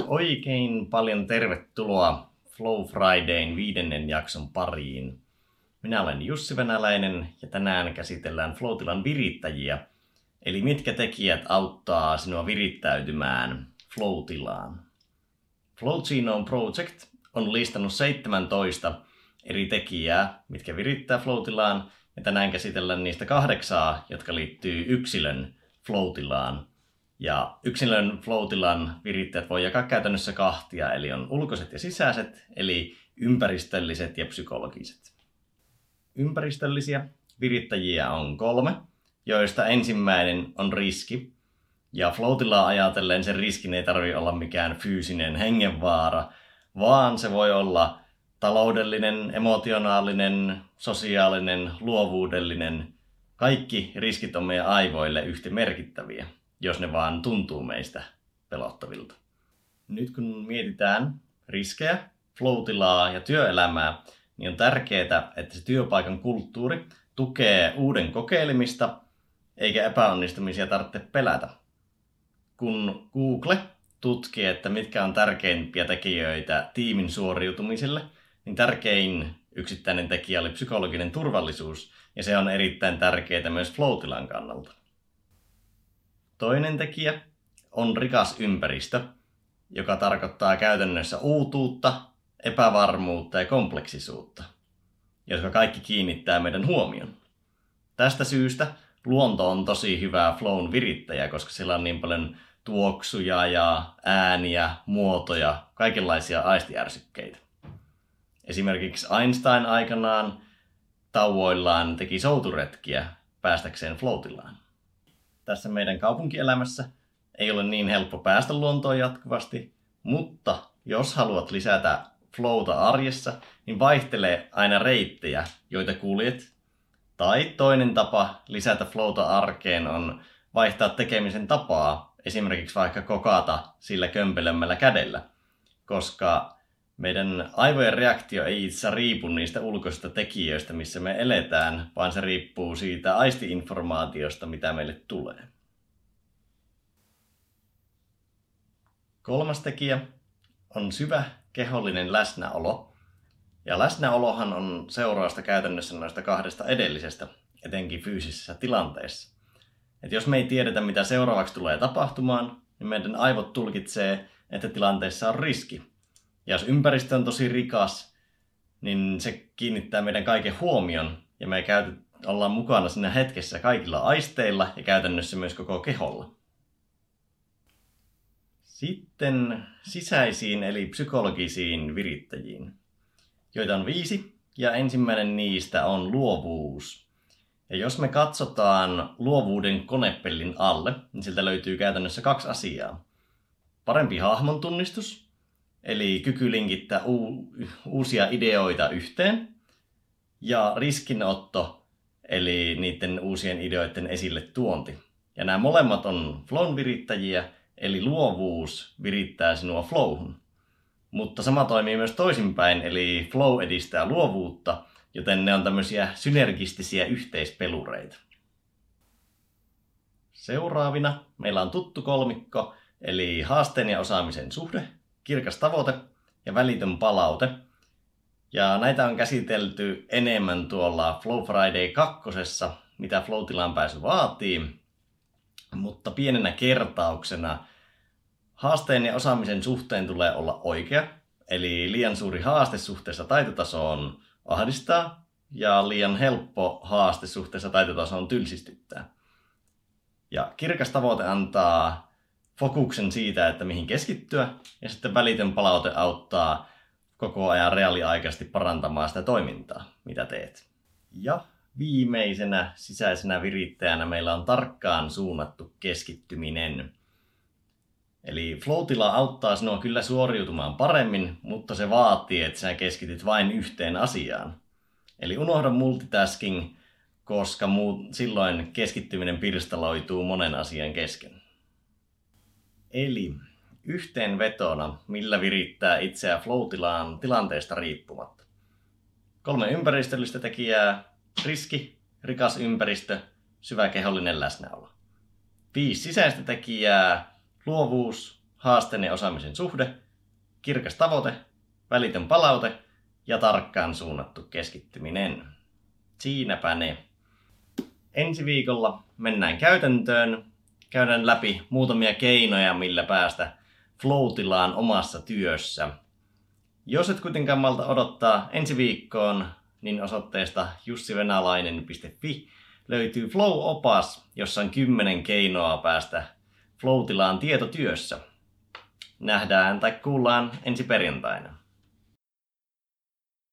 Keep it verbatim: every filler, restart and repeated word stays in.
Oikein paljon tervetuloa Flow Fridayn viidennen jakson pariin. Minä olen Jussi Venäläinen ja tänään käsitellään Flow-tilan virittäjiä, eli mitkä tekijät auttaa sinua virittäytymään Flow-tilaan. Flow Genome Project on listannut seitsemäntoista eri tekijää, mitkä virittää Flow-tilaan, ja tänään käsitellään niistä kahdeksaa, jotka liittyy yksilön Flow-tilaan. Ja yksilön Flow-tilan virittäjät voi jakaa käytännössä kahtia, eli on ulkoiset ja sisäiset, eli ympäristölliset ja psykologiset. Ympäristöllisiä virittäjiä on kolme, joista ensimmäinen on riski. Ja Flow-tilaa ajatellen sen riskin ei tarvitse olla mikään fyysinen hengenvaara, vaan se voi olla taloudellinen, emotionaalinen, sosiaalinen, luovuudellinen. Kaikki riskit on meidän aivoille yhtä merkittäviä, jos ne vaan tuntuu meistä pelottavilta. Nyt kun mietitään riskejä, flow-tilaa ja työelämää, niin on tärkeää, että se työpaikan kulttuuri tukee uuden kokeilemista, eikä epäonnistumisia tarvitse pelätä. Kun Google tutkii, että mitkä on tärkeimpiä tekijöitä tiimin suoriutumiselle, niin tärkein yksittäinen tekijä oli psykologinen turvallisuus, ja se on erittäin tärkeää myös flow-tilan kannalta. Toinen tekijä on rikas ympäristö, joka tarkoittaa käytännössä uutuutta, epävarmuutta ja kompleksisuutta, jotka kaikki kiinnittää meidän huomion. Tästä syystä luonto on tosi hyvä flown virittäjä, koska sillä on niin paljon tuoksuja ja ääniä, muotoja, kaikenlaisia aistiärsykkeitä. Esimerkiksi Einstein aikanaan tauoillaan teki souturetkiä päästäkseen flow-tilaan. Tässä meidän kaupunkielämässä ei ole niin helppo päästä luontoon jatkuvasti, mutta jos haluat lisätä flowta arjessa, niin vaihtele aina reittejä, joita kuljet. Tai toinen tapa lisätä flowta arkeen on vaihtaa tekemisen tapaa, esimerkiksi vaikka kokata sillä kömpelömmällä kädellä, koska meidän aivojen reaktio ei itse riipu niistä ulkoisista tekijöistä, missä me eletään, vaan se riippuu siitä aisti-informaatiosta, mitä meille tulee. Kolmas tekijä on syvä kehollinen läsnäolo. Ja läsnäolohan on seurausta käytännössä noista kahdesta edellisestä, etenkin fyysisessä tilanteessa. Et jos me ei tiedetä, mitä seuraavaksi tulee tapahtumaan, niin meidän aivot tulkitsee, että tilanteessa on riski. Ja jos ympäristö on tosi rikas, niin se kiinnittää meidän kaiken huomion ja me käyty, ollaan mukana siinä hetkessä kaikilla aisteilla ja käytännössä myös koko keholla. Sitten sisäisiin eli psykologisiin virittäjiin, joita on viisi, ja ensimmäinen niistä on luovuus. Ja jos me katsotaan luovuuden konepellin alle, niin sieltä löytyy käytännössä kaksi asiaa. Parempi hahmontunnistus, eli kyky linkittää u- uusia ideoita yhteen, ja riskinotto, eli niiden uusien ideoiden esille tuonti. Ja nämä molemmat on flown virittäjiä, eli luovuus virittää sinua flowhun. Mutta sama toimii myös toisinpäin, eli flow edistää luovuutta, joten ne on tämmöisiä synergistisiä yhteispelureita. Seuraavina meillä on tuttu kolmikko, eli haasteen ja osaamisen suhde, kirkas tavoite ja välitön palaute. Ja näitä on käsitelty enemmän tuolla Flow Friday kakkosessa, mitä flow-tilaan pääsy vaatii. Mutta pienenä kertauksena haasteen ja osaamisen suhteen tulee olla oikea, eli liian suuri haaste suhteessa taitotasoon ahdistaa ja liian helppo haaste suhteessa taitotasoon tylsistyttää. Ja kirkas tavoite antaa fokuksen siitä, että mihin keskittyä, ja sitten välitön palaute auttaa koko ajan reaaliaikaisesti parantamaan sitä toimintaa, mitä teet. Ja viimeisenä sisäisenä virittäjänä meillä on tarkkaan suunnattu keskittyminen. Eli flow-tila auttaa sinua kyllä suoriutumaan paremmin, mutta se vaatii, että sinä keskityt vain yhteen asiaan. Eli unohda multitasking, koska muu, silloin keskittyminen pirstaloituu monen asian kesken. Eli yhteenvetona, millä virittää itseä flow-tilaan tilanteesta riippumatta. Kolme ympäristöllistä tekijää: riski, rikas ympäristö, syvä kehollinen läsnäolo. Viisi sisäistä tekijää: luovuus, haasteen ja osaamisen suhde, kirkas tavoite, välitön palaute ja tarkkaan suunnattu keskittyminen. Siinäpä ne. Ensi viikolla mennään käytäntöön. Käydään läpi muutamia keinoja, millä päästä flow-tilaan omassa työssä. Jos et kuitenkaan malta odottaa ensi viikkoon, niin osoitteesta jussivenalainen piste fi löytyy Flow-opas, jossa on kymmenen keinoa päästä flow-tilaan tietotyössä. Nähdään tai kuullaan ensi perjantaina.